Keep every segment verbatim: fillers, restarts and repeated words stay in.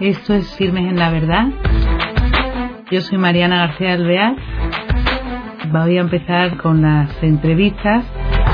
Esto es Firmes en la Verdad. Yo soy Mariana García Alvear. Voy a empezar con las entrevistas.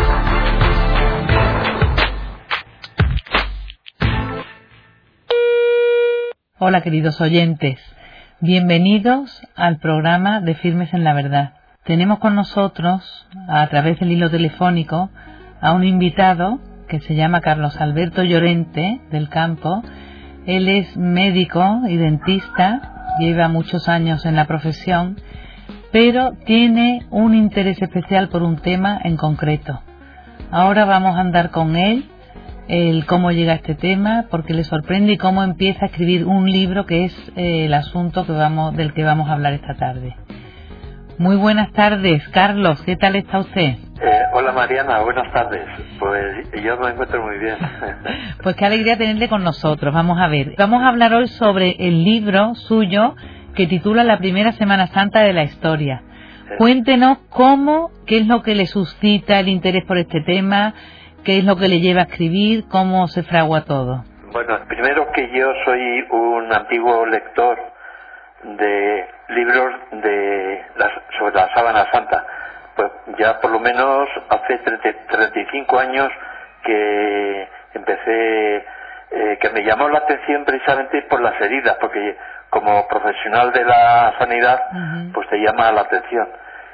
Hola, queridos oyentes. Bienvenidos al programa de Firmes en la Verdad. Tenemos con nosotros, a través del hilo telefónico, a un invitado que se llama Carlos Alberto Llorente, del Campo. Él es médico y dentista, lleva muchos años en la profesión, pero tiene un interés especial por un tema en concreto. Ahora vamos a andar con él, el cómo llega a este tema, porque le sorprende y cómo empieza a escribir un libro que es eh, el asunto que vamos, del que vamos a hablar esta tarde. Muy buenas tardes, Carlos, ¿qué tal está usted? Eh, hola Mariana, buenas tardes. Pues yo me encuentro muy bien. Pues qué alegría tenerle con nosotros. Vamos a ver, vamos a hablar hoy sobre el libro suyo que titula La primera Semana Santa de la historia. Sí. Cuéntenos cómo, qué es lo que le suscita el interés por este tema, qué es lo que le lleva a escribir, cómo se fragua todo. Bueno, primero que yo soy un antiguo lector de libros de las, sobre la Sábana Santa. Pues ya por lo menos hace treinta y cinco años que empecé, eh, que me llamó la atención precisamente por las heridas, porque como profesional de la sanidad, uh-huh. pues te llama la atención.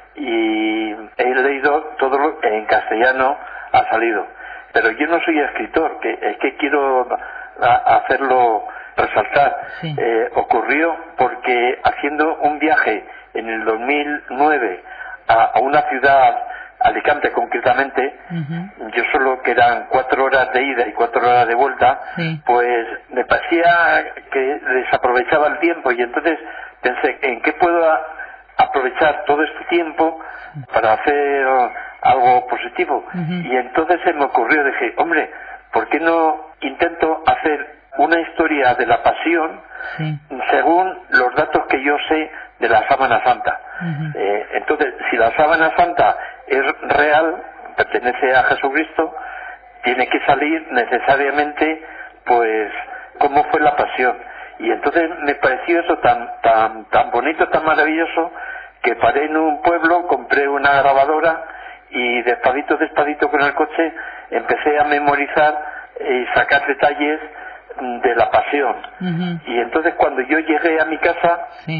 Y he leído todo lo en castellano ha salido, pero yo no soy escritor, que es que quiero a, hacerlo resaltar. Sí. Eh, ocurrió porque haciendo un viaje en el dos mil nueve a, a una ciudad, Alicante concretamente, uh-huh. yo solo que eran cuatro horas de ida y cuatro horas de vuelta, sí. pues me parecía que desaprovechaba el tiempo y entonces pensé, ¿en qué puedo a, aprovechar todo este tiempo para hacer algo positivo? Uh-huh. Y entonces se me ocurrió, dije, hombre, ¿por qué no intento hacer una historia de la pasión sí. según los datos que yo sé de la Sábana Santa? Uh-huh. Eh, entonces, si la Sábana Santa es real, pertenece a Jesucristo, tiene que salir necesariamente, pues, cómo fue la pasión. Y entonces me pareció eso tan, tan, tan bonito, tan maravilloso, que paré en un pueblo, compré una grabadora y despacito, despacito con el coche empecé a memorizar y sacar detalles de la pasión. Uh-huh. Y entonces cuando yo llegué a mi casa, sí.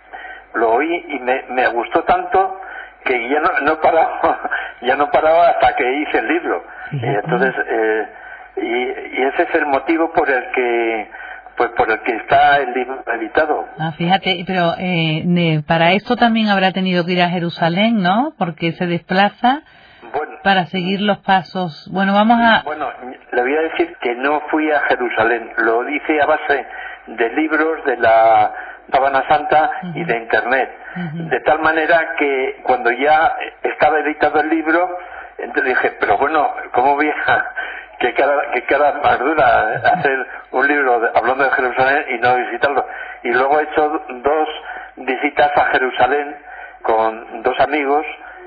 lo oí y me, me gustó tanto que ya no, no paraba, ya no paraba hasta que hice el libro. Sí. Y entonces, eh, y, y ese es el motivo por el que, pues por el que está el libro editado. Ah, fíjate, pero eh, ne, para esto también habrá tenido que ir a Jerusalén, ¿no? Porque se desplaza. Bueno, para seguir los pasos. Bueno, vamos a... Bueno, le voy a decir que no fui a Jerusalén. Lo hice a base de libros de la Sábana Santa uh-huh. y de Internet. Uh-huh. De tal manera que cuando ya estaba editado el libro, entonces dije, pero bueno, ¿cómo voy a... que cada, que cada más dura hacer un libro de, hablando de Jerusalén y no visitarlo? Y luego he hecho dos visitas a Jerusalén con dos amigos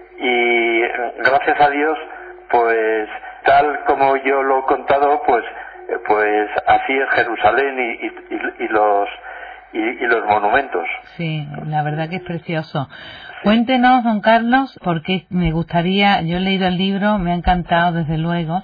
y gracias a Dios, pues tal como yo lo he contado, pues pues así es Jerusalén y, y, y los y, y los monumentos. Sí, la verdad que es precioso. Sí. Cuéntenos, don Carlos, porque me gustaría, yo he leído el libro, me ha encantado desde luego,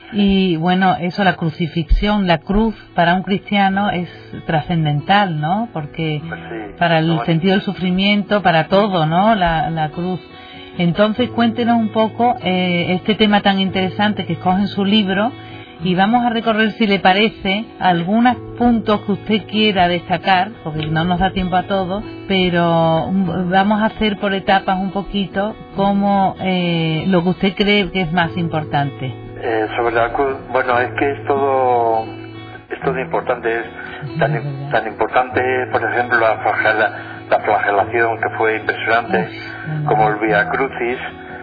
y bueno, eso, la crucifixión, la cruz para un cristiano es trascendental, ¿no? Porque pues sí, para el no, sentido del sufrimiento, para todo, ¿no? La, la cruz. Entonces cuéntenos un poco eh, este tema tan interesante que escoge en su libro y vamos a recorrer, si le parece, algunos puntos que usted quiera destacar, porque no nos da tiempo a todos, pero vamos a hacer por etapas un poquito como eh, lo que usted cree que es más importante. Eh, sobre la cruz, bueno, es que es todo, es todo importante, es tan, es tan importante, por ejemplo, la flagela, la flagelación, que fue impresionante, Uf, como el Vía Crucis,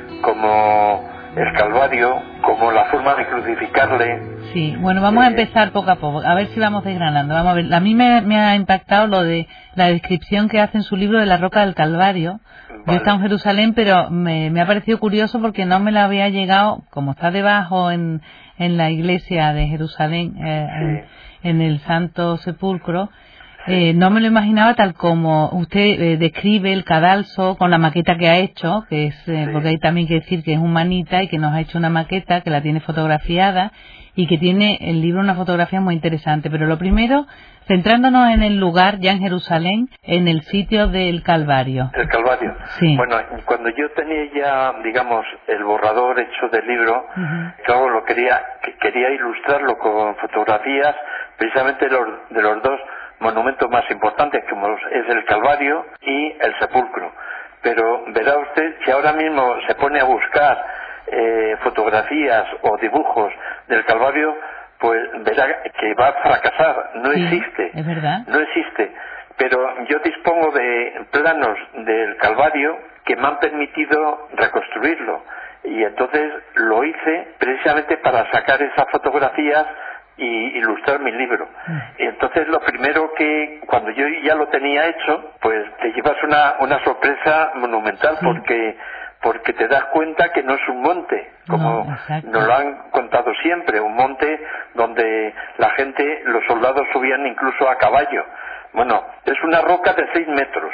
como el Calvario, como la forma de crucificarle. Sí, bueno, vamos eh, a empezar poco a poco, a ver si vamos desgranando. Vamos a ver, a mí me, me ha impactado lo de la descripción que hace en su libro de la Roca del Calvario. Vale. Yo he estado en Jerusalén, pero me, me ha parecido curioso porque no me la había llegado, como está debajo en, en la iglesia de Jerusalén, eh, sí. en, en el Santo Sepulcro. Eh, no me lo imaginaba tal como usted eh, describe el cadalso con la maqueta que ha hecho, que es eh, Sí. porque hay también que decir que es humanita y que nos ha hecho una maqueta que la tiene fotografiada y que tiene el libro una fotografía muy interesante. Pero lo primero, centrándonos en el lugar, ya en Jerusalén, en el sitio del Calvario. El Calvario. Sí. Bueno, cuando yo tenía ya, digamos, el borrador hecho del libro, Ujú. yo lo quería, que- quería ilustrarlo con fotografías precisamente de los, de los dos monumentos más importantes, como es el Calvario y el Sepulcro. Pero verá usted, si ahora mismo se pone a buscar eh, fotografías o dibujos del Calvario, pues verá que va a fracasar. No Sí, existe. es verdad. No existe. Pero yo dispongo de planos del Calvario que me han permitido reconstruirlo. Y entonces lo hice precisamente para sacar esas fotografías y ilustrar mi libro. Y entonces lo primero que, cuando yo ya lo tenía hecho, pues te llevas una, una sorpresa monumental, Sí. porque porque te das cuenta que no es un monte, como No, exacto. nos lo han contado siempre, un monte donde la gente, los soldados subían incluso a caballo. Bueno, es una roca de seis metros,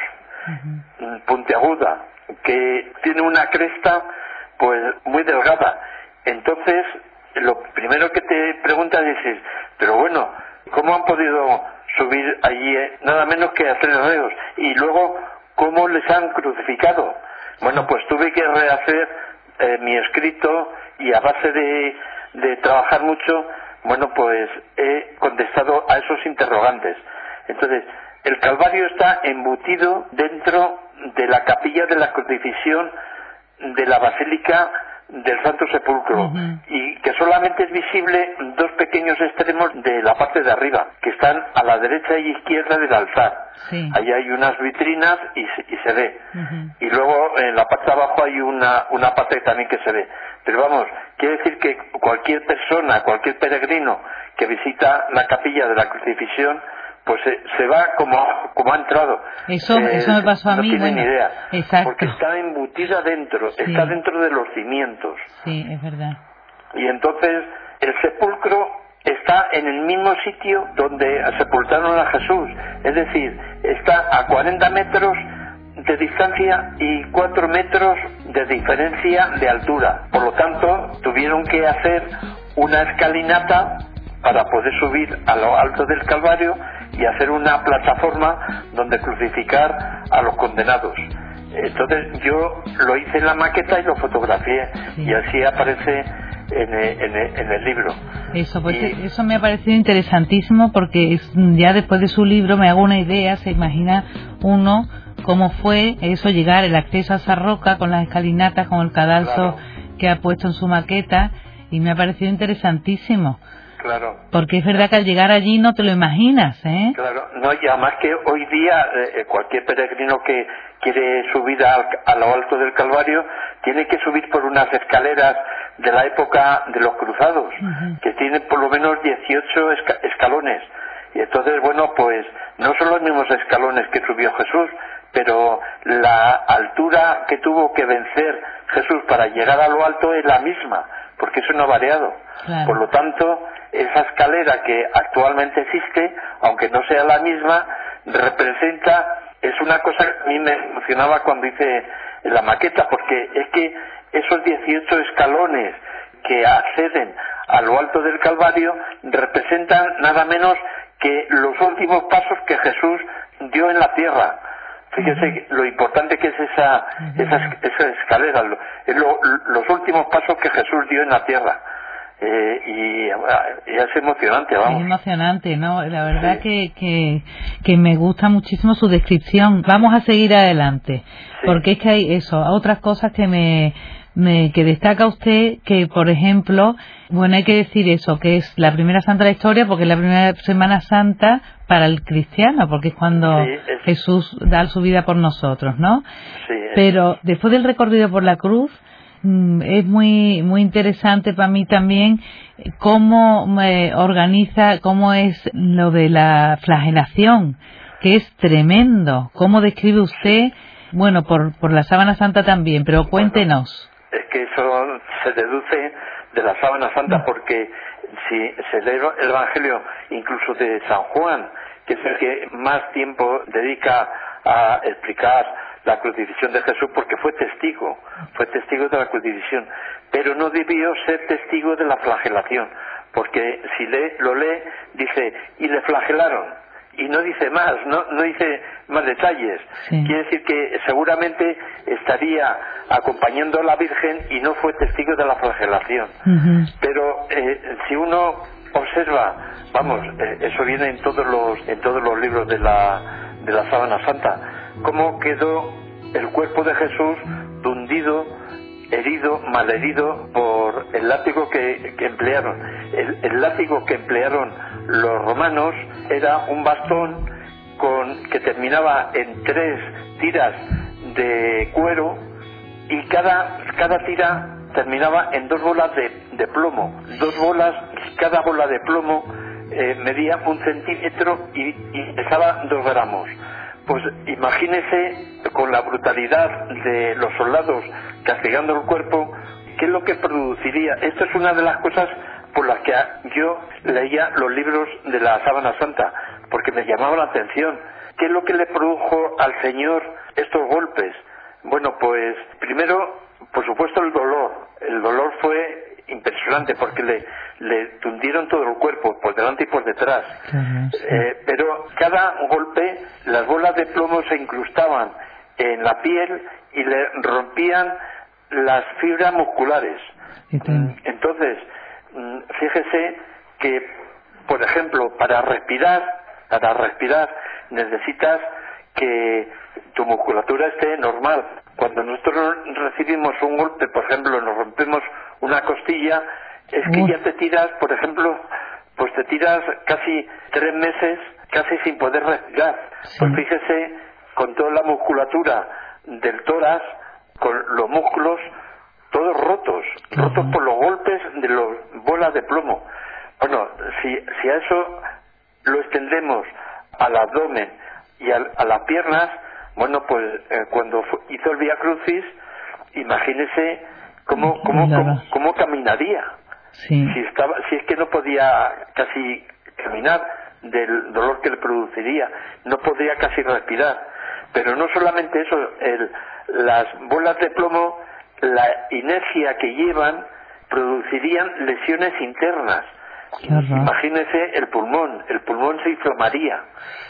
Ujú. puntiaguda, que tiene una cresta pues muy delgada. Entonces, lo primero que te preguntas es, pero bueno, ¿cómo han podido subir allí eh, nada menos que a tres reos? Y luego, ¿cómo les han crucificado? Bueno, pues tuve que rehacer eh, mi escrito, y a base de, de trabajar mucho, bueno, pues he contestado a esos interrogantes. Entonces, el Calvario está embutido dentro de la capilla de la crucifixión de la Basílica del Santo Sepulcro, Ujú. y que solamente es visible dos pequeños extremos de la parte de arriba, que están a la derecha y izquierda del altar. Sí. Ahí hay unas vitrinas y, se- y se ve. Ujú. Y luego en la parte de abajo hay una, una parte también que se ve. Pero vamos, quiere decir que cualquier persona, cualquier peregrino que visita la capilla de la crucifixión, pues se, se va como, como ha entrado. Eso, Eh, eso me pasó a no mí, tiene bueno, ni idea. exacto. Porque está embutida dentro, Sí. está dentro de los cimientos. Sí, es verdad. Y entonces el sepulcro está en el mismo sitio donde sepultaron a Jesús. Es decir, está a cuarenta metros de distancia y cuatro metros de diferencia de altura. Por lo tanto, tuvieron que hacer una escalinata para poder subir a lo alto del Calvario y hacer una plataforma donde crucificar a los condenados. Entonces yo lo hice en la maqueta y lo fotografié, Sí. y así aparece en el, en el, en el libro. Eso, pues Y- eso me ha parecido interesantísimo porque es- ya después de su libro me hago una idea, se imagina uno cómo fue eso, llegar, el acceso a esa roca con las escalinatas, con el cadalso Claro. que ha puesto en su maqueta, y me ha parecido interesantísimo. Claro. Porque es verdad que al llegar allí no te lo imaginas, ¿eh? Claro, no, y además que hoy día eh, cualquier peregrino que quiere subir al- a lo alto del Calvario tiene que subir por unas escaleras de la época de los cruzados, Ujú. que tienen por lo menos dieciocho esca- escalones. Y entonces, bueno, pues no son los mismos escalones que subió Jesús, pero la altura que tuvo que vencer Jesús para llegar a lo alto es la misma, porque eso no ha variado. Claro. Por lo tanto, esa escalera que actualmente existe, aunque no sea la misma, representa, es una cosa que a mí me emocionaba cuando hice la maqueta, porque es que esos dieciocho escalones que acceden a lo alto del Calvario representan nada menos que los últimos pasos que Jesús dio en la tierra. Fíjese lo importante que es esa, esa, esa escalera, lo, es lo- los últimos pasos que Jesús dio en la tierra. Eh, y, ah, y es emocionante, Es vamos. emocionante, ¿no? La verdad Sí. que, que, que me gusta muchísimo su descripción. Vamos a seguir adelante, Sí. porque es que hay eso, otras cosas que me, me que destaca usted, que por ejemplo, bueno, hay que decir eso, que es la primera santa de la historia, porque es la primera Semana Santa para el cristiano, porque es cuando Sí, es- Jesús da su vida por nosotros, ¿no? Sí, es- Pero después del recorrido por la cruz, mm, es muy muy interesante para mí también eh, cómo me organiza, cómo es lo de la flagelación, que es tremendo. ¿Cómo describe usted? Bueno, por, por la Sábana Santa también, pero cuéntenos. es que eso se deduce de la Sábana Santa, porque si se lee el Evangelio incluso de San Juan, que es el que más tiempo dedica a explicar la crucifixión de Jesús, porque fue testigo, fue testigo de la crucifixión, pero no debió ser testigo de la flagelación, porque si lee, lo lee, dice, y le flagelaron, y no dice más, no, no dice más detalles. Sí. Quiere decir que seguramente estaría acompañando a la Virgen y no fue testigo de la flagelación. Uh-huh. Pero eh, si uno observa, vamos, eh, eso viene en todos los en todos los libros de la de la Sábana Santa, cómo quedó el cuerpo de Jesús tundido, herido, malherido por el látigo que, que emplearon. El, el látigo que emplearon los romanos era un bastón con que terminaba en tres tiras de cuero, y cada cada tira terminaba en dos bolas de, de plomo, dos bolas, cada bola de plomo eh, medía un centímetro y, y pesaba dos gramos. Pues imagínese, con la brutalidad de los soldados castigando el cuerpo, ¿qué es lo que produciría? Esto es una de las cosas por las que yo leía los libros de la Sábana Santa, porque me llamaba la atención. ¿Qué es lo que le produjo al Señor estos golpes? Bueno, pues primero, por supuesto, el dolor. El dolor fue impresionante, porque le, le tundieron todo el cuerpo, por delante y por detrás. Uh-huh, sí. eh, pero cada golpe, las bolas de plomo se incrustaban en la piel y le rompían las fibras musculares. Uh-huh. Entonces, fíjese que, por ejemplo, para respirar, para respirar necesitas que tu musculatura esté normal. Cuando nosotros recibimos un golpe, por ejemplo, nos rompemos una costilla, es que ya te tiras, por ejemplo, pues te tiras casi tres meses casi sin poder respirar. Sí. Pues fíjese, con toda la musculatura del tórax, con los músculos todos rotos, uh-huh. rotos por los golpes de las bolas de plomo. Bueno, si, si a eso lo extendemos al abdomen y a, a las piernas, bueno, pues eh, cuando hizo el Vía Crucis, imagínese cómo cómo, cómo, cómo caminaría. Sí. Si estaba, si es que no podía casi caminar del dolor que le produciría, no podría casi respirar. Pero no solamente eso, el, las bolas de plomo, la inercia que llevan, producirían lesiones internas. Imagínese el pulmón, el pulmón se inflamaría,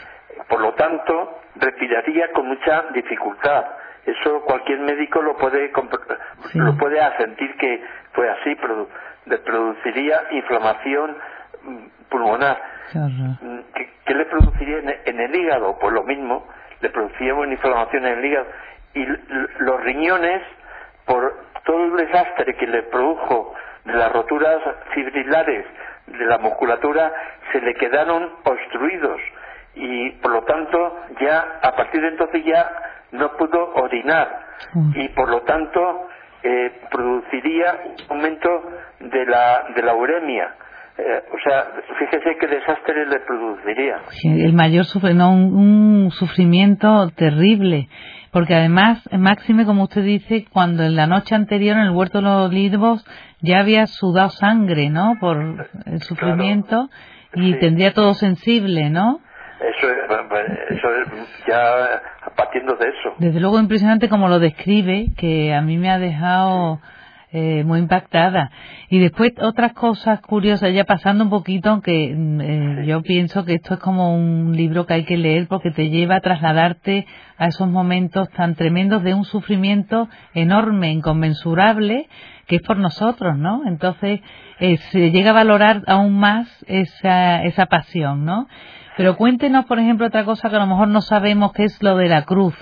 por lo tanto respiraría con mucha dificultad. Eso cualquier médico lo puede sí. lo puede asentir que fue así, produ, le produciría inflamación pulmonar. ¿Qué, qué le produciría en, en el hígado? Pues lo mismo, le produciría una inflamación en el hígado. Y los riñones, por todo el desastre que le produjo de las roturas fibrilares de la musculatura, se le quedaron obstruidos y por lo tanto ya a partir de entonces ya no pudo orinar mm. y por lo tanto eh, produciría un aumento de la de la uremia. Eh, o sea, fíjese qué desastre le produciría. Sí, el mayor sufrimiento, no, un, un sufrimiento terrible. Porque además, máxime, como usted dice, cuando en la noche anterior en el Huerto de los Olivos ya había sudado sangre, ¿no? Por el sufrimiento, claro. Y sí. Tendría todo sensible, ¿no? Eso es, eso es ya partiendo de eso. Desde luego impresionante como lo describe, que a mí me ha dejado eh, muy impactada. Y después otras cosas curiosas, ya pasando un poquito, aunque eh, sí. Yo pienso que esto es como un libro que hay que leer porque te lleva a trasladarte a esos momentos tan tremendos de un sufrimiento enorme, inconmensurable, que es por nosotros, ¿no? Entonces eh, se llega a valorar aún más esa esa pasión, ¿no? Pero cuéntenos, por ejemplo, otra cosa que a lo mejor no sabemos, que es lo de la cruz.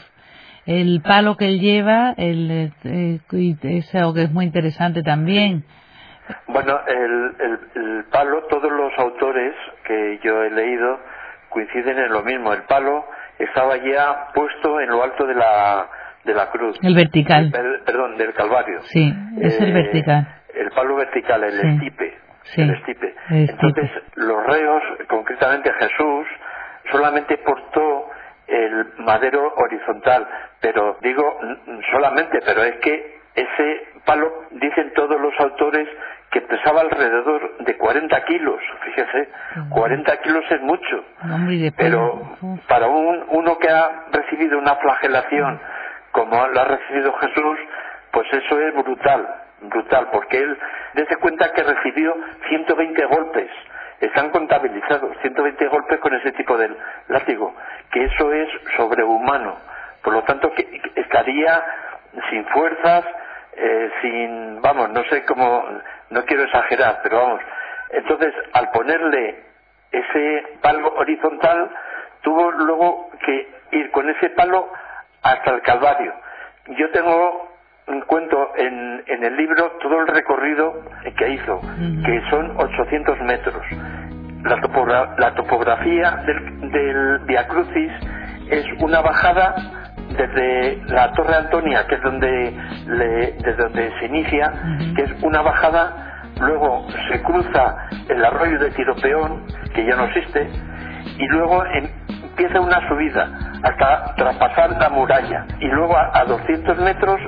El palo que él lleva, el, eh, eso que es muy interesante también. Bueno, el, el, el palo, todos los autores que yo he leído coinciden en lo mismo. El palo estaba ya puesto en lo alto de la de la cruz. El vertical. El, perdón, del Calvario. Sí, es eh, el vertical. El palo vertical, el sí. estipe. Sí, el estipe. El estipe. Entonces, los reos, concretamente Jesús, solamente portó el madero horizontal, pero digo solamente, pero es que ese palo, dicen todos los autores que pesaba alrededor de cuarenta kilos, fíjese, uh-huh. cuarenta kilos es mucho, Hombre, pero uh-huh. para un, uno que ha recibido una flagelación uh-huh. como lo ha recibido Jesús, pues eso es brutal, brutal, porque él, dése cuenta que recibió ciento veinte golpes, están contabilizados, ciento veinte golpes con ese tipo de látigo, que eso es sobrehumano, por lo tanto que, que estaría sin fuerzas, eh, sin, vamos, no sé cómo, no quiero exagerar, pero vamos, entonces al ponerle ese palo horizontal, tuvo luego que ir con ese palo hasta el Calvario. Yo tengo un cuento en, en el libro todo el recorrido que hizo, que son ochocientos metros. La, topogra- la topografía del, del Via Crucis es una bajada desde la Torre Antonia, que es donde, le, desde donde se inicia, que es una bajada, luego se cruza el arroyo de Tiropeón, que ya no existe, y luego en, empieza una subida hasta traspasar la muralla, y luego a, a doscientos metros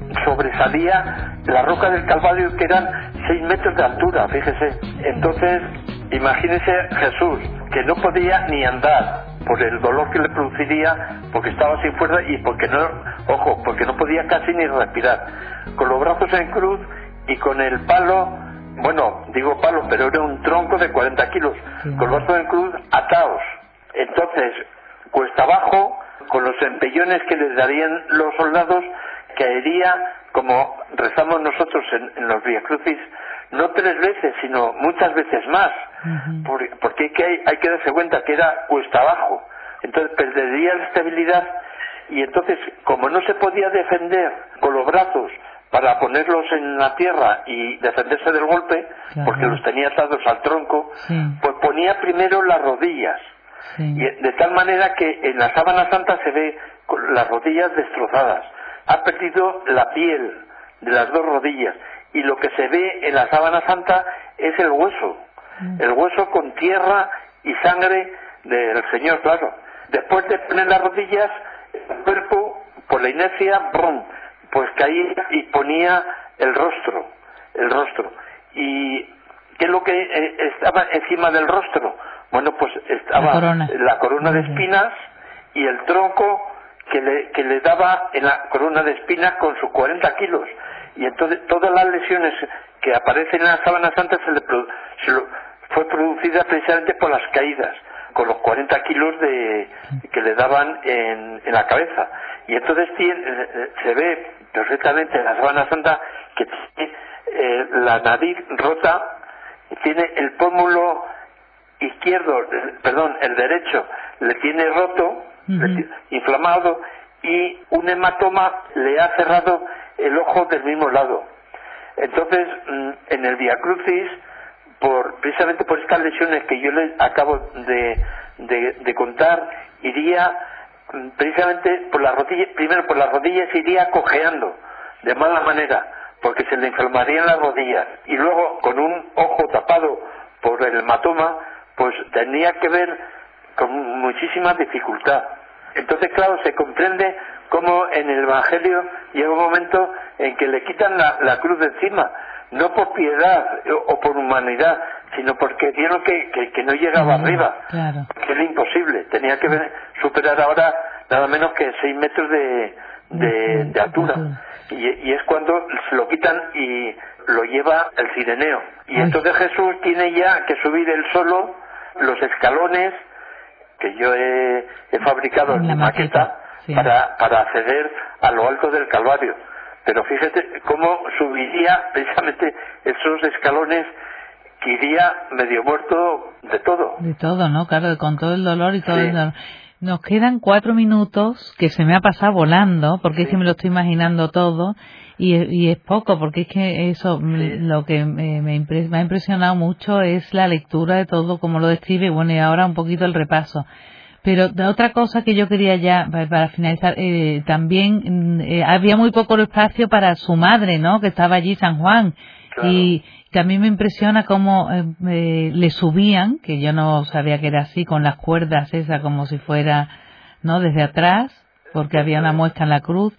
sobresalía la roca del Calvario, que eran seis metros de altura, fíjese. Entonces, imagínese Jesús, que no podía ni andar por el dolor que le produciría, porque estaba sin fuerza y porque no, ojo, porque no podía casi ni respirar, con los brazos en cruz y con el palo, bueno, digo palo, pero era un tronco de cuarenta kilos, sí. con los brazos en cruz atados. Entonces, cuesta abajo, con los empellones que les darían los soldados, caería, como rezamos nosotros en, en los Via Crucis, no tres veces, sino muchas veces más, uh-huh. por, porque hay que, hay, hay que darse cuenta que era cuesta abajo, entonces perdería la estabilidad, y entonces, como no se podía defender con los brazos para ponerlos en la tierra y defenderse del golpe, claro. porque los tenía atados al tronco, sí. pues ponía primero las rodillas, sí. y de tal manera que en la sábana santa se ve con las rodillas destrozadas, ha perdido la piel de las dos rodillas, y lo que se ve en la sábana santa es el hueso, mm. el hueso con tierra y sangre del Señor, claro. Después de poner las rodillas, el cuerpo, por la inercia, brum, pues caía y ponía el rostro, el rostro. ¿Y qué es lo que eh, estaba encima del rostro? Bueno, pues estaba la corona, la corona de espinas y el tronco que le, que le daba en la corona de espinas con sus cuarenta kilos. Y entonces todas las lesiones que aparecen en la sábana santa se le, se lo, fue producida precisamente por las caídas, con los cuarenta kilos de, que le daban en, en la cabeza. Y entonces tiene, se ve perfectamente en la sábana santa que tiene eh, la nariz rota, tiene el pómulo izquierdo, eh, perdón, el derecho, le tiene roto, uh-huh. le, inflamado, y un hematoma le ha cerrado el ojo del mismo lado. Entonces, en el Via Crucis, por, precisamente por estas lesiones que yo les acabo de, de, de contar, iría precisamente por las rodillas, primero por las rodillas iría cojeando de mala manera, porque se le inflamarían las rodillas, y luego con un ojo tapado por el hematoma, pues tenía que ver con muchísima dificultad. Entonces, claro, se comprende cómo en el Evangelio llega un momento en que le quitan la, la cruz de encima, no por piedad o, o por humanidad, sino porque vieron que, que, que no llegaba sí, arriba, claro. que era imposible, tenía que ver, superar ahora nada menos que seis metros de, de, de altura, y, y es cuando se lo quitan y lo lleva el Cireneo, y Ay. entonces Jesús tiene ya que subir él solo los escalones que yo he, he fabricado en mi maqueta, maqueta sí. para, para acceder a lo alto del Calvario. Pero fíjate cómo subiría precisamente esos escalones, que iría medio muerto de todo. De todo, ¿no? Claro, con todo el dolor y todo sí. el dolor. Nos quedan cuatro minutos que se me ha pasado volando, porque sí. es que me lo estoy imaginando todo, y, y es poco, porque es que eso, sí. lo que me, me, impres, me ha impresionado mucho es la lectura de todo, como lo describe, bueno, y ahora un poquito el repaso. Pero de otra cosa que yo quería ya, para, para finalizar, eh, también eh, había muy poco espacio para su madre, ¿no?, que estaba allí, San Juan, claro. y también me impresiona cómo eh, eh, le subían, que yo no sabía que era así, con las cuerdas esas, como si fuera, ¿no?, desde atrás, porque había una muesca en la cruz,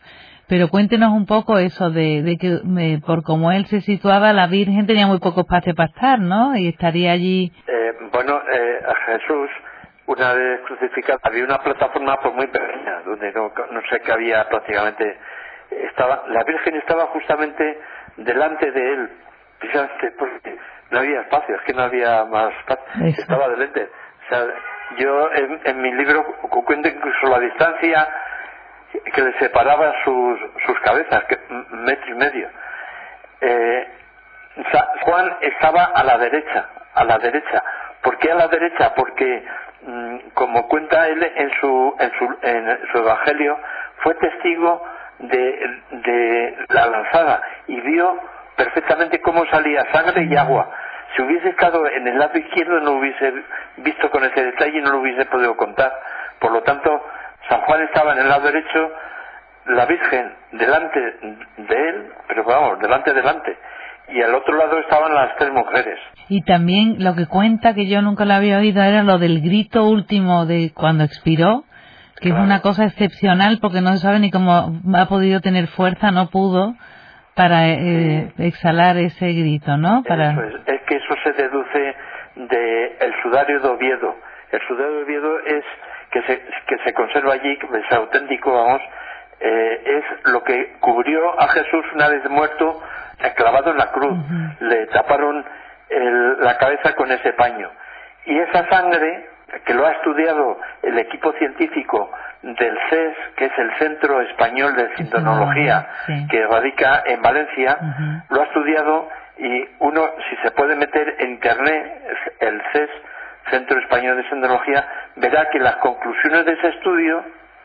Pero cuéntenos un poco eso de, de que eh, por como él se situaba, la Virgen tenía muy poco espacio para estar, ¿no? Y estaría allí. Eh, bueno, eh, a Jesús, una vez crucificado, había una plataforma pues muy pequeña, donde no, no sé qué había prácticamente. Estaba, la Virgen estaba justamente delante de él, precisamente porque no había espacio, es que no había más espacio, eso. Estaba delante. O sea, yo en, en mi libro cuento incluso la distancia que le separaba sus, sus cabezas, que metro y medio. Eh, Juan estaba a la derecha, a la derecha. ¿Por qué a la derecha? Porque, mmm, como cuenta él en su, en su, en su evangelio, fue testigo de, de la lanzada y vio perfectamente cómo salía sangre y agua. Si hubiese estado en el lado izquierdo no lo hubiese visto con ese detalle y no lo hubiese podido contar. Por lo tanto, San Juan estaba en el lado derecho, la Virgen delante de él, pero vamos, delante, delante. Y al otro lado estaban las tres mujeres. Y también lo que cuenta, que yo nunca lo había oído, era lo del grito último de cuando expiró, que claro. Es una cosa excepcional porque no se sabe ni cómo ha podido tener fuerza, no pudo, para eh, sí. exhalar ese grito, ¿no? Para... Eso es, es que eso se deduce del sudario de Oviedo. El sudario de Oviedo es que se, que se conserva allí, que es auténtico, vamos, eh, es lo que cubrió a Jesús una vez muerto, clavado en la cruz. Uh-huh. Le taparon el, la cabeza con ese paño. Y esa sangre, que lo ha estudiado el equipo científico del C E S, que es el Centro Español de Sindonología, sí. que radica en Valencia, uh-huh. lo ha estudiado y uno, si se puede meter en internet, el C E S, Centro Español de Sindonología, verá que las conclusiones de ese estudio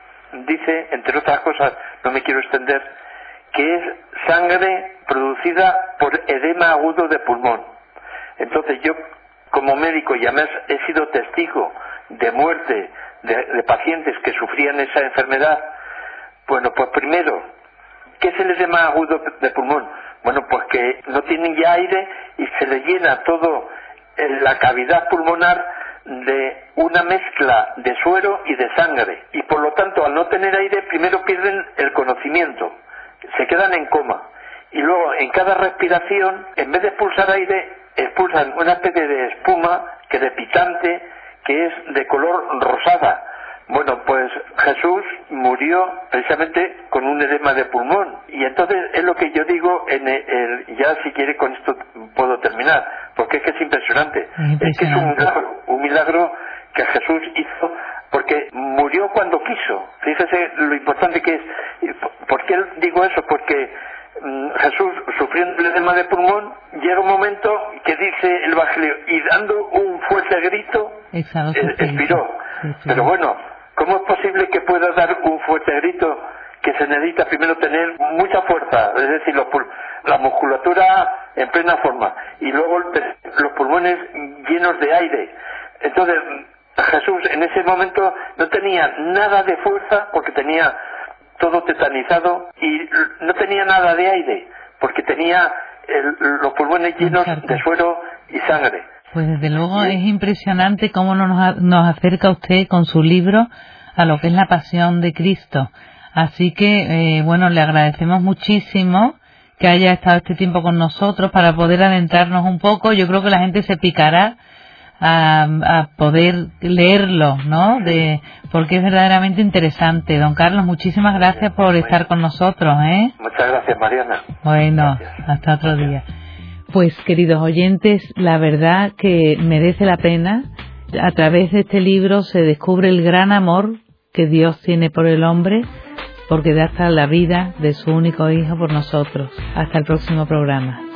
dice, entre otras cosas, no me quiero extender, que es sangre producida por edema agudo de pulmón. Entonces yo, como médico, y además he sido testigo de muerte de, de pacientes que sufrían esa enfermedad. Bueno, pues primero, ¿qué es el edema agudo de pulmón? Bueno, pues que no tienen ya aire y se les llena todo en la cavidad pulmonar de una mezcla de suero y de sangre. Y por lo tanto, al no tener aire, primero pierden el conocimiento, se quedan en coma. Y luego, en cada respiración, en vez de expulsar aire, expulsan una especie de espuma, que de pitante, que es de color rosada. Bueno, pues Jesús murió precisamente con un edema de pulmón. Y entonces es lo que yo digo, en el, el, ya si quiere con esto puedo terminar, porque es que es impresionante. impresionante. Es que es un milagro, un milagro que Jesús hizo, porque murió cuando quiso. Fíjese lo importante que es. ¿Por qué digo eso? Porque mmm, Jesús, sufriendo el edema de pulmón, llega un momento que dice el Evangelio, y dando un fuerte grito, Exhalo, eh, expiró. Sí, sí. Pero bueno, ¿cómo es posible que pueda dar un fuerte grito? Que se necesita primero tener mucha fuerza, es decir, los pul- la musculatura en plena forma, y luego los pulmones llenos de aire. Entonces, Jesús en ese momento no tenía nada de fuerza porque tenía todo tetanizado y no tenía nada de aire porque tenía el, los pulmones llenos de suero y sangre. Pues desde luego ¿Sí? es impresionante cómo nos, nos acerca usted con su libro a lo que es la pasión de Cristo. Así que, eh, bueno, le agradecemos muchísimo que haya estado este tiempo con nosotros para poder adentrarnos un poco. Yo creo que la gente se picará a, a poder leerlo, ¿no? De, porque es verdaderamente interesante. Don Carlos, muchísimas gracias por estar con nosotros, ¿eh? Muchas gracias, Mariana. Bueno, gracias. hasta otro día. Pues, queridos oyentes, la verdad que merece la pena. A través de este libro se descubre el gran amor que Dios tiene por el hombre, porque da hasta la vida de su único hijo por nosotros. Hasta el próximo programa.